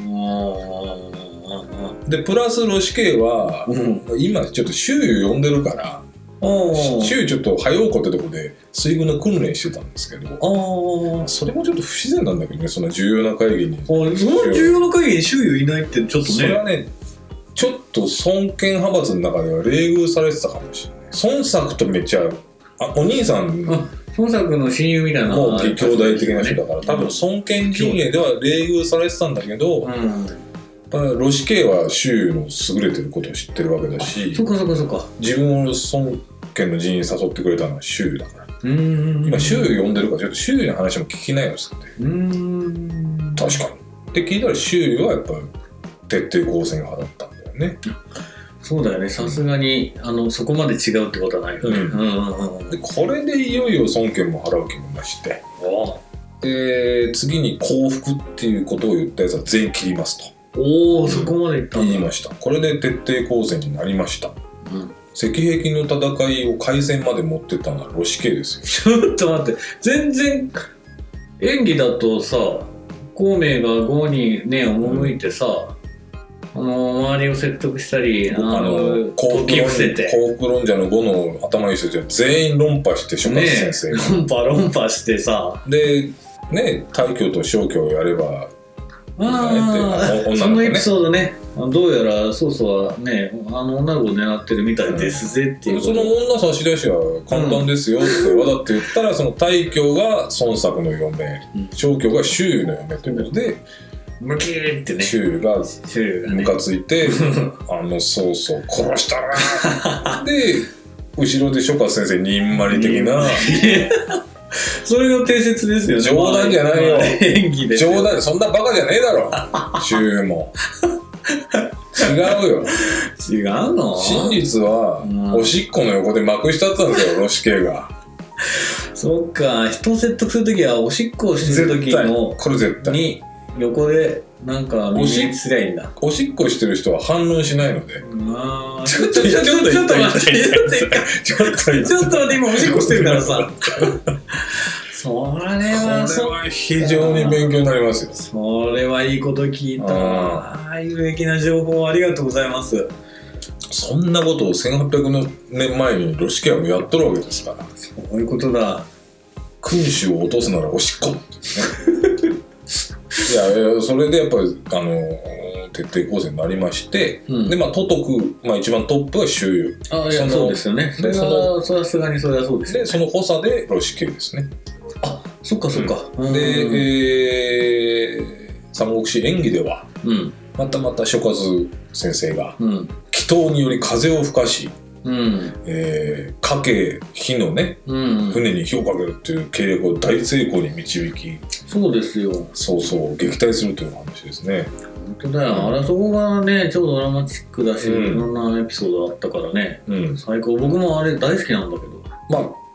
でプラスロシケイは、うん、今ちょっと周囲呼んでるから周囲ちょっと早うこってとこで水軍の訓練してたんですけど、あそれもちょっと不自然なんだけどね、そんな重要な会議に。 その重要な会議に周囲いないってちょっとね、 それはねちょっと孫権派閥の中では冷遇されてたかもしれない。孫作とめっちゃあお兄さん孫作の親友みたいなもう兄弟的な人だから、多分孫権陣営では冷遇されてたんだけど、うん、ロシケイは周囲の優れてることを知ってるわけだし、 そっかそっかそっか、 自分を孫権の陣営に誘ってくれたのは周囲だから、うんうんうん、今周囲呼んでるからちょっと周囲の話も聞きなよっつって、うん、確かにって聞いたら周囲はやっぱ徹底抗戦派だったんだよね。 そうだよね、さすがにあのそこまで違うってことはないよね、うんうんうん、でこれでいよいよ孫権も払う気もなして、で次に降伏っていうことを言ったやつは全員切りますと。 おお、うん、そこまで言ったんだ。 言いました。これで徹底抗戦になりました、うん、赤壁の戦いを開戦まで持ってったのはロシケイですよ。ちょっと待って、全然演技だとさ、孔明が呉にね赴いてさ、うんあの周りを説得したり、あの幸福論者の呉の頭いい人たちは全員論破して諸葛先生が、 ね、論破論破してさでね大挙と小挙をやればああ、ね、そのエピソードね、どうやら曹操はねあの女の子を狙ってるみたいですぜっていう、うん、 その女差し出しは簡単ですよってわざって言ったら、うん、その大挙が孫作の嫁、うん、小挙が周囲の嫁ということで、 ムキーってね、 周囲がムカついて、ね、あの曹操殺したなで後ろで諸葛先生にんまり的なそれが定説ですよね。 冗談じゃないよ、まあ、 演技で冗談そんなバカじゃねえだろ周囲も違うよ。 違うの？ 真実は、うん、おしっこの横でまくしたったんですよロシケイが。 そっか、人を説得するときはおしっこをしてる時のこれ絶対に横でなんか耳にすりゃいいんだ。 おしっこしてる人は反論しないので。 あちょっとちょっとちょっとちょっと待ってちょっとちょっと待って今おしっこしてるからさ。それはそこれは非常に勉強になりますよ。 それはいいこと聞いた。ああ有益な情報ありがとうございます。 そんなことをせんはっぴゃくねんまえにロシケイはもやっとるわけですから。 そういうことだ。 君主を落とすならおしっこってね。いやそれでやっぱりあの徹底抗戦になりまして、うん、でまあ都督、まあ、一番トップは周囲。 ああいやそうですよね。それはさすがにそれはそうですよね。 でその補佐でロシケイですね。 あそっかそっか。 うん、で、えー、三国志演義では、うん、またまた諸葛先生が、うん、祈祷により風を吹かし、うんえー、火系火のね、うん、船に火をかけるっていう計略を大成功に導き、 そうですよ。 そうそう撃退するという話ですね。 本当だよ、うん、あれそこがね超ドラマチックだし、うん、いろんなエピソードあったからね、うん、最高。僕もあれ大好きなんだけど、 まあ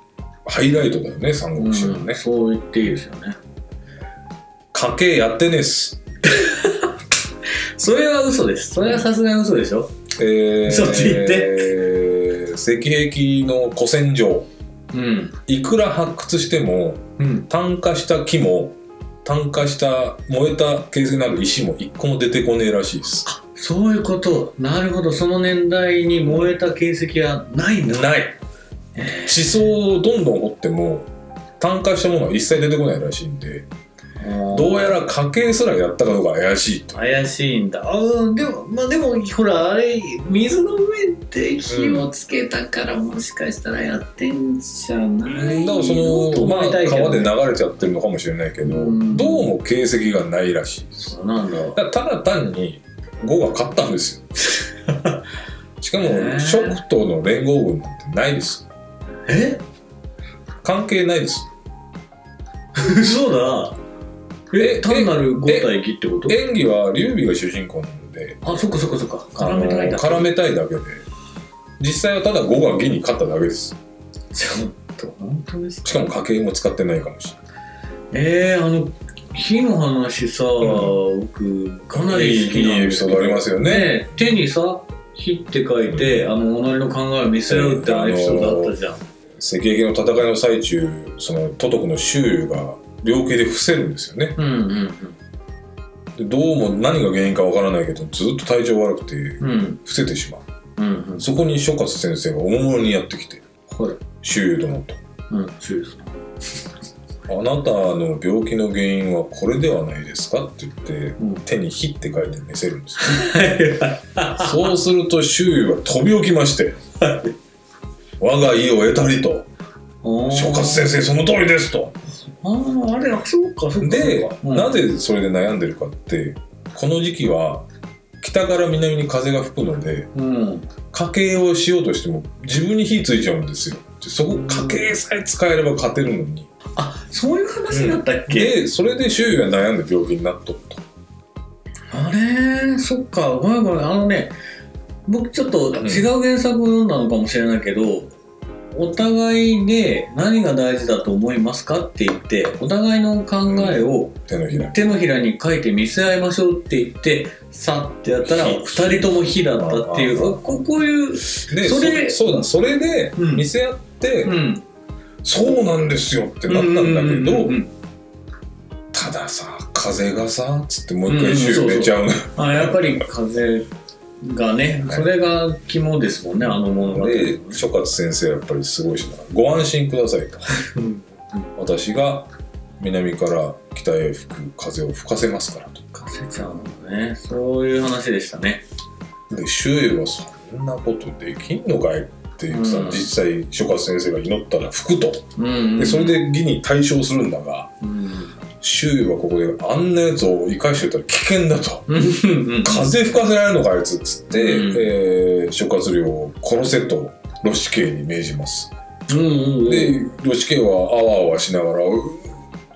ハイライトだよね、三国志のね、 うん、そう言っていいですよね。 家計やってねえっす。 それは嘘です。それはさすがに嘘でしょ。 えー、 嘘って言って、 えー、石壁の古戦場、 うん、 いくら発掘しても、うん、炭化した木も炭化した燃えた形成のある石も一個も出てこねえらしいです。 あ、そういうこと。なるほど。その年代に燃えた形跡はないんだ。 ない。地層をどんどん掘っても炭化したものは一切出てこないらしいんで、どうやら家計すらやったかどうか怪しいと。 怪しいんだ。あ、でもまあでもほらあれ水の上で火をつけたから、うん、もしかしたらやってんじゃないだからその、まあ、川で流れちゃってるのかもしれないけど、うん、どうも形跡がないらしいです。 そうなんだ。 だからただ単に呉が勝ったんですよ。しかも蜀との連合軍なんてないです。 え？ 関係ないです。 そうだ。え、単なるご対義ってこと？ 演技は劉備が主人公なので、 あ、そっかそっかそっか、絡めたいだけ。 絡めたいだけで、実際はただ呉が義に勝っただけです。 ちょっと本当ですか？ しかも家計も使ってないかもしれない。えー、あの火の話さ、うん、僕かなり好きなんですけど、いいエピソードありますよね。ね、手にさ火って書いて、うん、あの己の考えを見せ合うってエピソードあったじゃん。 石壁の戦いの最中、その都督の周囲が病気で伏せるんですよね、うんうんうん、でどうも何が原因かわからないけどずっと体調悪くて伏せてしまう、うんうんうん、そこに諸葛先生がおもむろにやってきて、はい、周囲殿と、うん、周囲殿あなたの病気の原因はこれではないですかって言って、うん、手に火って書いて見せるんですよそうすると周囲は飛び起きまして我が意を得たりと諸葛先生その通りですと。 ああ、あれ、あ、そうか、そうか。 で、うん、なぜそれで悩んでるかって、この時期は北から南に風が吹くので、うん、家計をしようとしても自分に火ついちゃうんですよ。そこ家計さえ使えれば勝てるのに。 あ、そういう話だったっけ？ うん、で、それで周囲が悩んで病気になっとると。 あれ、そっか、ごめんごめん、あのね、僕ちょっと違う原作を読んだのかもしれないけど、うん、お互いで何が大事だと思いますかって言ってお互いの考えを手のひら手のひらに書いて見せ合いましょうって言ってさってやったらふたりとも火だったっていうここういうでそれそうだそれで見せ合って、うん、そうなんですよってなったんだけど、たださ風がさつってもう一回周囲寝ちゃうの、うん、そうそうあやっぱり風がね、それが肝ですもんね、あの物語で諸葛先生やっぱりすごいしなご安心くださいと私が南から北へ吹く風を吹かせますからと吹かせちゃうのね、そういう話でしたね。 で周囲はそんなことできんのかいって言ってた、うん、実際諸葛先生が祈ったら吹くと、うんうん、でそれで義に対処するんだが、うん周囲はここであんなやつを生かしてたら危険だと風吹かせられるのかあいつっつって、うんえー、諸葛亮を殺せとロシケイに命じます、うんうんうん、でロシケイはあわあわしながら、うん、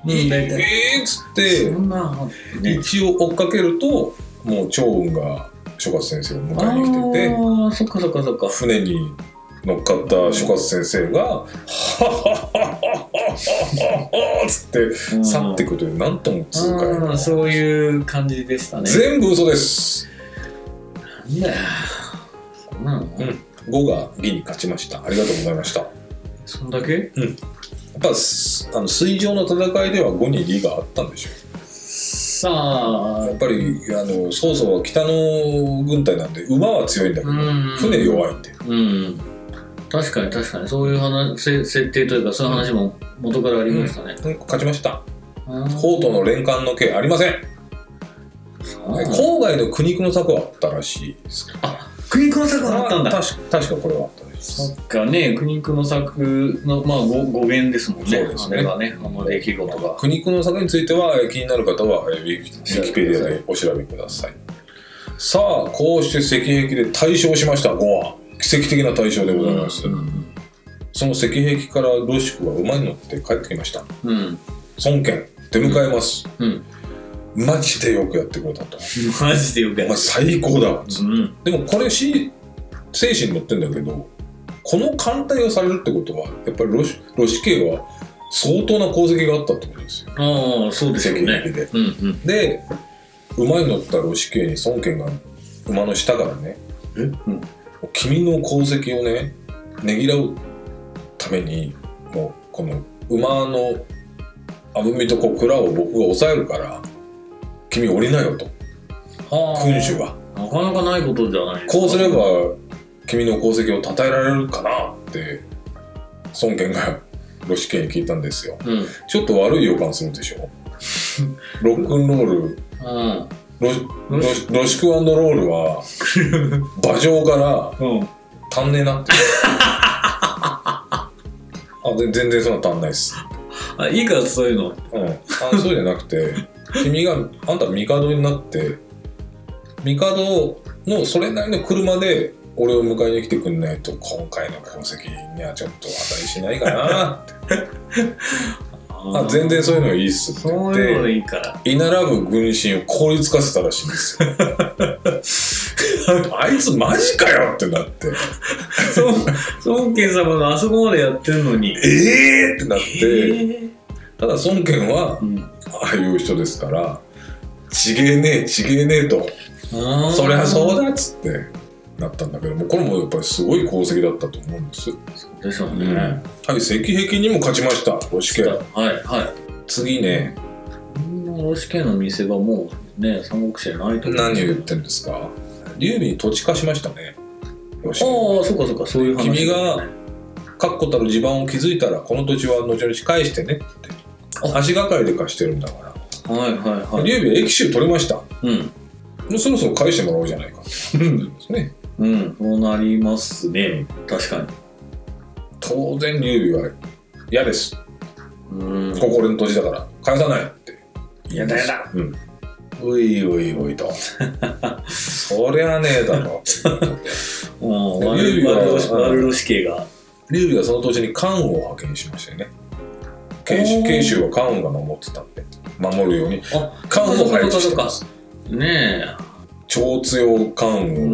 えーっつってね、一応追っかけるともう趙雲が諸葛先生を迎えに来ててあそっかそっかそっか船に乗っかった諸葛先生が「はっはっはっはっはっ」つって去っていくというなんとも痛快なそういう感じでしたね。 全部嘘です。 なんだよそんなの、うん、 呉が義に勝ちました。ありがとうございました。 そんだけ？ うんやっぱあの水上の戦いでは呉に義があったんでしょう。 さあやっぱりあの曹操は北の軍隊なんで馬は強いんだけど船弱いんで、うん確かに確かにそういう話設定というかそういう話も元からありましたね、 うん、勝ちました。北斗の連環の刑ありません。郊外の苦肉の策はあったらしいです。 あ苦肉の策はあったんだ。 確か確かこれはあったです。 そっかね苦肉の策の、まあ、語, 語源ですもんね。そうですねあれがねあの出来事が苦肉の策については気になる方はウィキペディアでお調べください。さあこうして石壁で大勝しました。呉は奇跡的な大勝でございます、うんうん、その石壁からロシクは馬に乗って帰ってきました、うん、孫権出迎えます、うんうん、マジでよくやってくれたとマジでよくやってくれた、 最高だ、うん、でもこれし精神乗ってんだけどこの艦隊をされるってことはやっぱりロシ、ロシ系は相当な功績があったってことですよ。 ああ、そうですよね。 赤壁で、 うんうん、 で馬に乗ったロシ系に孫権が馬の下からね、 え、うん、 君の功績をねねぎらうためにもうこの馬のあぶみとこう蔵を僕が抑えるから君降りなよと、はあ、君主がなかなかないことじゃないですか。 こうすれば君の功績を称えられるかなって孫権がロシ系に聞いたんですよ、うん、ちょっと悪い予感するでしょロックンロール、うん、ロ, ロ, ロシクワンドロールは馬上から足んねえなってあ全然そんな足んないっす。 あ、いいからそういうの、 うん、あそうじゃなくて君があんた帝になって帝のそれなりの車で俺を迎えに来てくんないと今回の功績にはちょっと値しないかなってあ全然そういうのいいっすって言って、そういうのいいから居並ぶ軍神を凍りつかせたらしいんですよあいつマジかよってなって孫権様のあそこまでやってるのにええーってなって、えー、ただ孫権は、うん、ああいう人ですからちげえねえちげえねえとそりゃそうだっつってなったんだけども、これもやっぱりすごい功績だったと思うんです。 そうでしょうね、うん、 はい、赤壁にも勝ちましたロシ系。はいはい。 次ね、 ロシ系の店がもうね三国志ないと。 何を言ってんですか。劉備に土地貸しましたね。 ああ、そうかそうか、そういう話、ね、 君が確固たる地盤を築いたらこの土地は後々返してねって足がかりで貸してるんだから。はいはいはい。劉備は益州取れました。うん。そろそろ返してもらおうじゃないかって言うんですね。 うん、そうなりますね。確かに。 当然劉備は嫌です。うん。ここ俺の土地だから返さないって言います。やだやだ。 うん。おいおいおいと。そりゃねえだろ。 もう悪ロシ系が。 劉備はその土地に関羽を派遣しましたよね。慶州は関羽が守ってたんで守るように関羽を配置してます。ねえ。超強関羽、うん、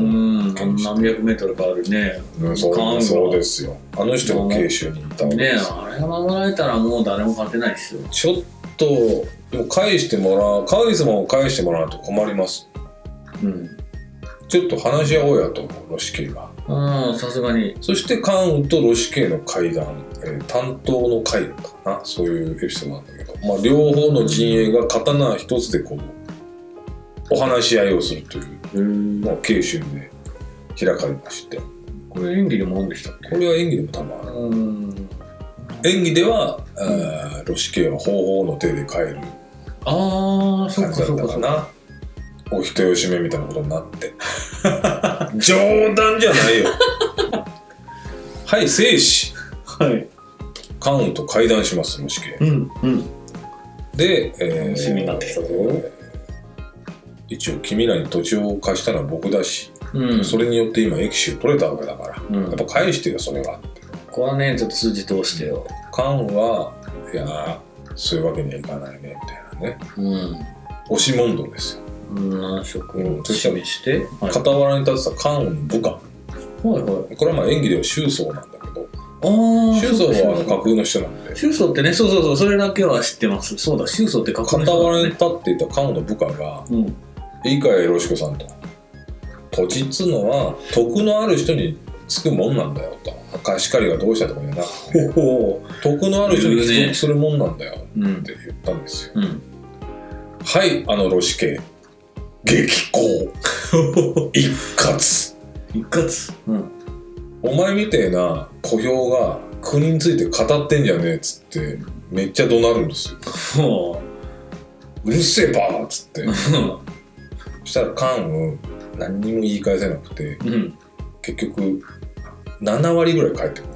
何百メートルかあるね、 うん、そう、そうですよ。あの人が慶州にいたわけです。 ねえ、あれが守られたらもう誰も勝てないですよ。 ちょっとでも返してもらう、カウリスマを返してもらうと困ります。うん。ちょっと話し合おうやとロシ系が。 ああ、さすがに。 そして関羽とロシ系の会談、えー、担当の会だったかな、そういうエピソードなんだけど、まあ両方の陣営が刀一つでこう。お話し合いをするというのが慶州で開かれまして、 これ演技でもあるんでしたっけ。 これは演技でも多分ある。うん演技では、うん、ロシ系は方法の手で帰る感じだったかな。お人よしめみたいなことになって冗談じゃないよはい正史はい関羽と会談しますロシ系、うんうん、で、えー、楽しみになってきたぞ。一応君らに土地を貸したのは僕だし、うん、それによって今益州取れたわけだから、うん、やっぱ返してよそれはって。 ここはねちょっと筋通してよ。 関羽はいやそういうわけにはいかないねみたいなね、うん、押し問答ですよ。 何色を示して、 うん、傍らに立ってた関羽の部下、はいはい、これはまあ演技では周宗なんだけど、あ周宗は架空の人なんで。 周宗ってね、そうそうそう、それだけは知ってます。そうだ、周宗って架空の人なんだ、ね、傍らに立っていた関羽の部下が、うん、いいかいロシコさんと、土地っつうのは徳のある人につくもんなんだよと。貸し借りがどうしたとかじゃなくて徳のある人に帰属するもんなんだよって言ったんですよ、うんうん、はいあのロシ系激高一括一括、うん、 お前みてえな小兵が国について語ってんじゃねえっつってめっちゃ怒鳴るんですようるせえばーっつってそしたら関羽何にも言い返せなくて、うん、結局ななわりぐらい返ってくる。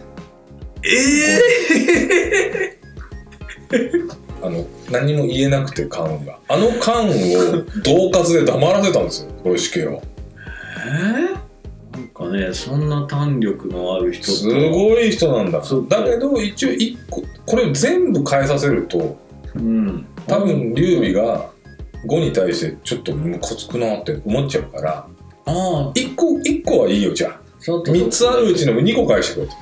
えー、あの何も言えなくて関羽があの関羽を恫喝で黙らせたんですよロシ系を。 えー、なんかねそんな胆力のある人すごい人なんだ。だけど一応一個これを全部変えさせると、うん、多分劉備が呉に対してちょっとムカつくなって思っちゃうから、あいっこいっこはいいよじゃあみっつあるうちのにこ返してくれと。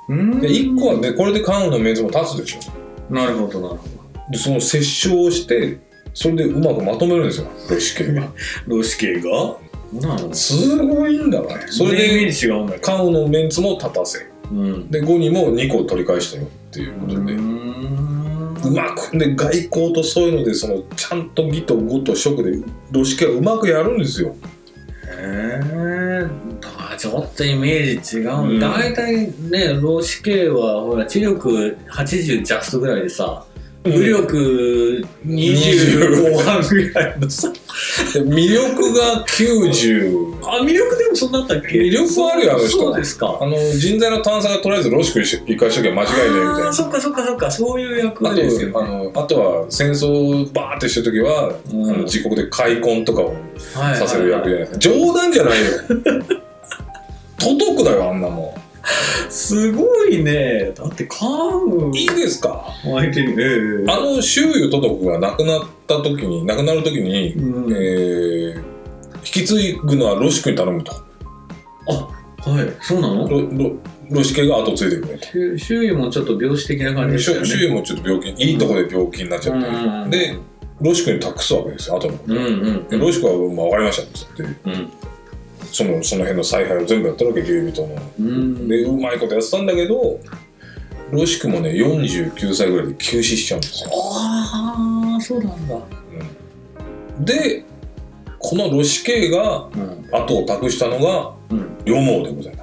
うんでいっこはねこれで関羽のメンツも立つでしょ。 なるほどなるほど。 でその折衝をしてそれでうまくまとめるんですよロシ系が。 ロシ系がなるほど。 すごいんだからそれイメーでジ違うんだけど。 関羽のメンツも立たせうん。 でごにもにこ取り返したよっていうことで、 うーうんまくで外交とそういうのでそのちゃんと義と呉と蜀でロシ系はうまくやるんですよ。 へえ。あ、ちょっとイメージ違う。 うん大体ね、ロシ系はほら知力はちじゅうジャストぐらいでさ、武力にじゅう後半ぐらいのさ。 で魅力がきゅうじゅうあ、魅力でもそんなあったっけ？ 魅力あるよあの人。 そうですか。 あの人材の探査がとりあえずロシク行かしときゃ間違いないみたいあな。 ーそっかそっかそっか、そういう役あ割ですよ、ね。 とあのあとは戦争をバーってしてるときは、 うんあの自国で開墾とかをはいさせる役じゃないですか。冗談じゃないよ。届くだよあんなもすごいね。だってカーん。いいですか。 相手に、ええあの周囲都督が亡くなった時に亡くなる時に、 うん、 えー引き継ぐのはロシクに頼むと。 あ、はい、そうなの？ ロロロシ系が後継いでくれと。 周周囲もちょっと病死的な感じですよね。 周囲もちょっと病気いいとこで病気になっちゃって、 うん、 でロシクに託すわけですよ後のこと。 うんうんでロシクは、まあ、分かりましたって言ってうんそのその辺の采配を全部やったわけゲイ人の。 うんでうまいことやってたんだけどロシクもねよんじゅうきゅうさいぐらいで急死しちゃうんですよ。 ああ、そうなんだ。 うん、でこのロシ系がうん後を託したのがうん、 両毛でございます。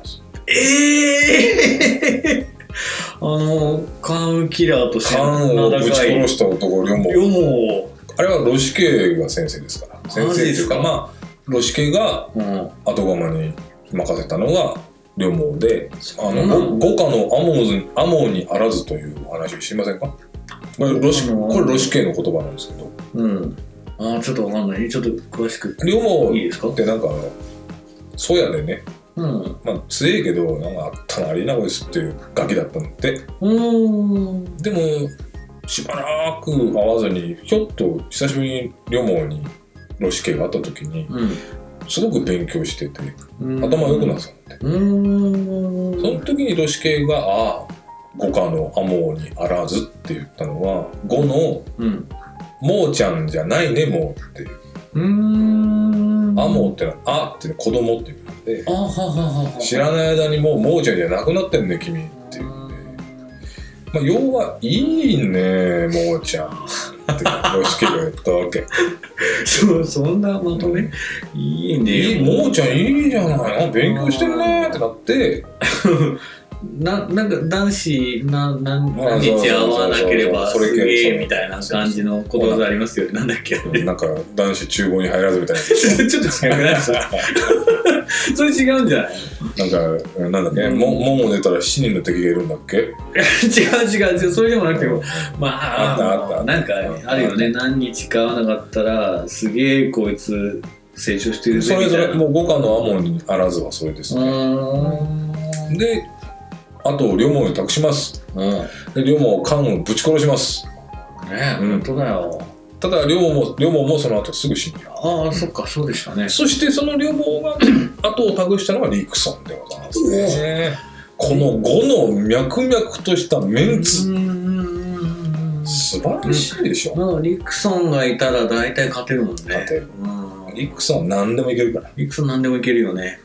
ええー、あのカンキラーとして漢をぶち殺した男両毛。 両毛。 あれはロシ系が先生ですから先生っていうかまあロシ系がうん、 後釜に任せたのが両毛で、あうんの五五家のアモーズアモーにあらずというお話を知りませんか。これロシこれロシ系の言葉なんですけど、 うん。ああ、ちょっとわかんない。ちょっと詳しく。 両毛いいですかってなんかそうやでね、 うん。 まあ強いけどなんかあったらありなこですっていうガキだったんで、 うーん。 でもしばらく会わずにひょっと久しぶりに両毛にロシ系があった時にうん。 すごく勉強しててうん頭良くなってたんで、 うーん。 その時にロシ系がああ五家のアモーにあらずって言ったのは五のうん。 モーちゃんじゃないねモーっていう、 うーん。 アモーってのはあっていうのは子供っていうのであはははは。 知らない間にもうモーちゃんじゃなくなってんね君っていうので、まあ、要はいいねモーちゃんってロシ系が言ったわけ。 そう、そんなまとめ、いいね。 いいモーちゃんいいじゃないの勉強してんねってなってななんか男子な何あ何日会わなければそうそうそうすげそれ系えみたいな感じのことわざありますよね。なんだっけ。 なんか男子厨房に入らずみたいなちょっと違くないですか。それ違うんじゃない？ なんかなんだっけ、 うんももも出たらしちにんの敵がいるんだっけ。 違う違う違う、それでもなくても、まああったあったなんかあるよね。何日か会わなかったらすげえこいつ成長してるぜそれぞみたいな。 れもう五家のアモンにあらずはそれですうね。 ーん。 であと両毛に託します。 うん。 で両毛関をぶち殺します。 ねえ、 うん本当だよ。 ただ両毛も両毛もその後すぐ死んじゃう。 ああ、そっか、そうでしたね。 そしてその両毛が後を託したのがリクソンでございますね。この五の脈々としたメンツ、 うーん。 素晴らしいでしょ。 もうリクソンがいたら大体勝てるもんね。 勝てる。 うん。 リクソンは何でもいけるから。 リクソン何でもいけるよね。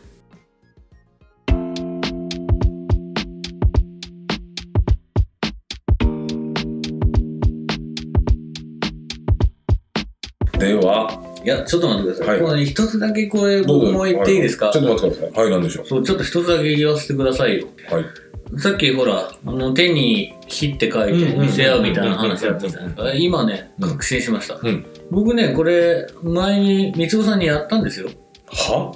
ではいや、ちょっと待ってください。 はいこれ一つだけこれ僕も言っていいですか？ ちょっと待ってください。はい、なんでしょう。 そう、ちょっと一つだけ言わせてくださいよ。 はい。 さっきほら、あの手に火って書いて見せ合うみたいな話あったじゃないですか。今ね、 うん確信しました。 うん僕ね、これ、前に三つ子さんにやったんですよ。 は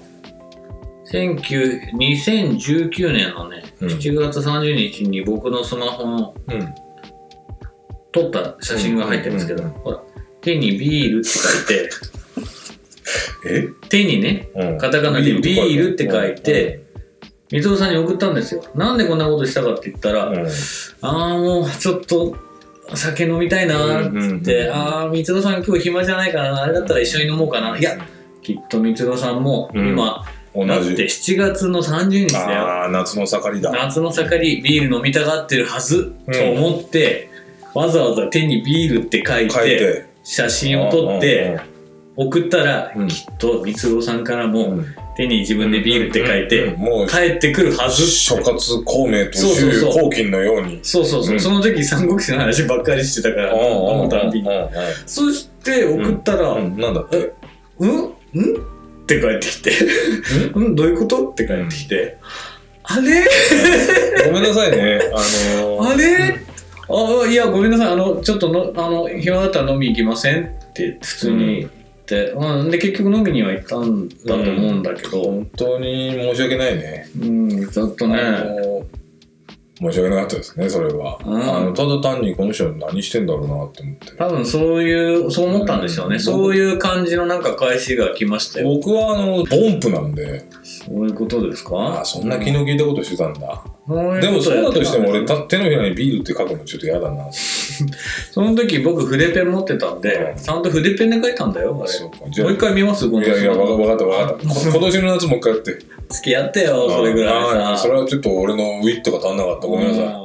にせんじゅうきゅうねんのね、 うんしちがつさんじゅうにちに僕のスマホのうん。 撮った写真が入ってるんですけど、 うんうんほら、手にビールって書いて、 え手にね、 うんカタカナでビールって書いて、三つ子さんに送ったんですよ。なんでこんなことしたかって言ったら、 うんああ、もうちょっと酒飲みたいなーって言って、 うんうんうんああ、三つ子さん今日暇じゃないからな、あれだったら一緒に飲もうかな。いや、きっと三つ子さんもうん今、 同だってじ。 しちがつのさんじゅうにちだよ。 ああ、夏の盛りだ。 夏の盛り、ビール飲みたがってるはずと思って、うん、わざわざ手にビールって書いて、書いて写真を撮って送ったら、うん、きっと光郎さんからも、うん、手に自分でビールって書いて、うんうんうん、もう帰ってくるはず。 諸葛孔明と周公金のように。 そうそうそう、うん、その時三国志の話ばっかりしてたから、飲むたびに。そして送ったら、 うんうん、なんだっけ、 うんうんって帰ってきて、うんどういうことって帰ってきて、あれごめんなさいね。あのー、 あれ、うん、あいやごめんなさい、あのちょっとのあの暇だったら飲み行きませんって普通に言って、うん、で結局飲みには行ったんだと思うんだけど、 うん、本当に申し訳ないね。 うんちょっとね、あの申し訳なかったですね、それは。うん、あのただ単にこの人何してんだろうなって思って。 多分そういう、そう思ったんでしょうね。うん、そういう感じのなんか返しが来ましたよ。 僕はあの、ボンプなんで。 そういうことですか？ ああ、そんな気の利いたことしてたんだ。うん、でもそうだとしても俺、手のひらにビールって書くのちょっと嫌だな。 その時僕筆ペン持ってたんで、うん、ちゃんと筆ペンで書いたんだよ、あれ。そうか。じゃあもう一回見ます？ いやいや、わかったわかった。今年の夏もう一回やって。 付き合ってよ、それぐらいさ。 あ、それはちょっと俺のウィットが足んなかった。ごめんなさい。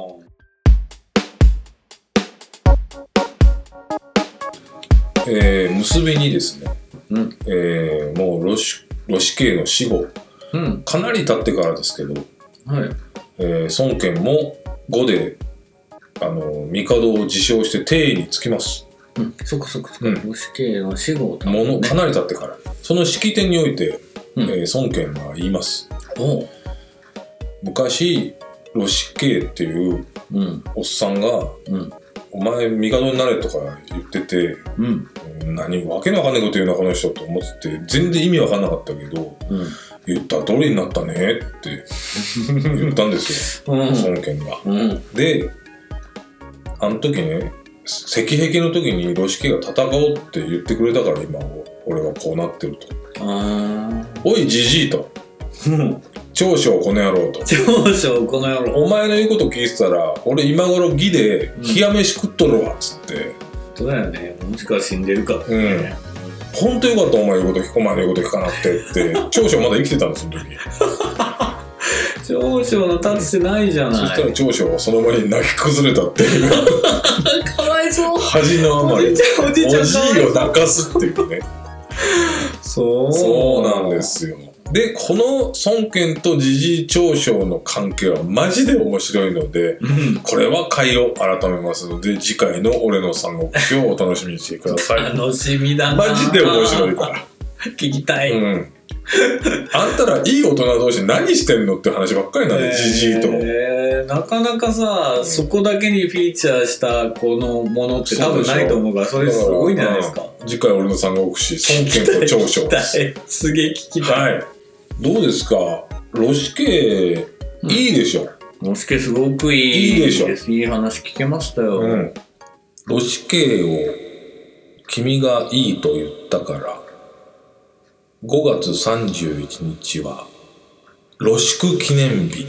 えー、結びにですね、うんえー、もうロシ、ロシ系の死後、うん、かなり経ってからですけど、はいえー、孫権も呉であの帝を自称して帝位につきます。 うん、そっかそっかそっか、ロシ系の死後、 ね、ものかなり経ってからその式典において、うんえー、孫権は言います。お昔ロシ系っていうおっさんが、うんお前帝になれとか言ってて、うん、何わけのわかんないこと言うなこの人と思ってて全然意味わかんなかったけど、うん、言った通りになったねって言ったんですよ、うん、孫権が、うん、であの時ね石壁の時にロシ家が戦おうって言ってくれたから今俺はこうなってると。あおいじじいと長所この野郎と長所この野郎お前の言うこと聞いてたら俺今頃義で冷や飯食っとるわっつって、うん、 そうだよねもしか死んでるかってね、 うん、ほんとよかったお前言うこと聞くお前の言うこと聞かなくてって長所まだ生きてたんですその時長所の立ってないじゃないそしたら長所はその場に泣き崩れたっていうかわいそう恥のあまりおじいおじいちゃんおじいを泣かすっていうねそうそうなんですよ。でこの孫権とジジイ長将の関係はマジで面白いので、うん、これは回を改めますので次回の俺の三国志をお楽しみにしてください。 楽しみだなマジで面白いから聞きたい、うん、 あんたらいい大人同士何してんのって話ばっかりなんでジジイと、 えー、なかなかさ、うん、そこだけにフィーチャーしたこのものって多分ないと思うからそれすごいんじゃないですか。 次回俺の三国志孫権と長将すげえ聞きたい、 はいどうですかロシ系いいでしょ、 うん、ロシ系すごくいいいいでしょいい話聞けましたよ、うん、 ロシ系を君がいいと言ったからごがつさんじゅういちにちはロシク記念日。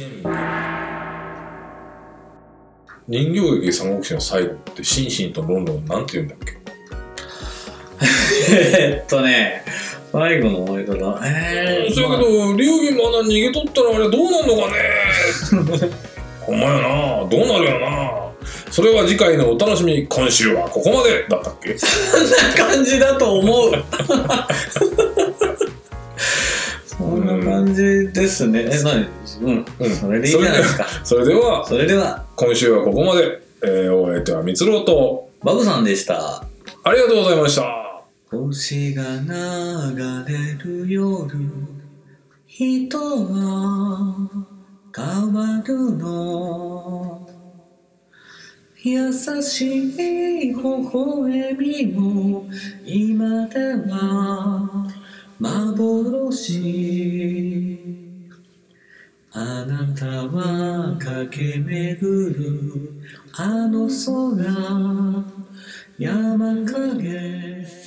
人形劇三国志の最後ってシンシンとロンロンなんて言うんだっけえっとね最後の終わり方えー、そやけど劉備もあんな逃げとったらあれどうなんのかねほんまやなどうなるやな。それは次回のお楽しみ。今週はここまでだったっけそんな感じだと思うそんな感じですね。え何うん、うん、それでいいじゃないですか。 それではそれでは今週はここまで、えー、お相手は蜜郎とバブさんでした。 ありがとうございました。 星が流れる夜人は変わるの優しい微笑みも今では幻あなたは駆け巡るあの空山影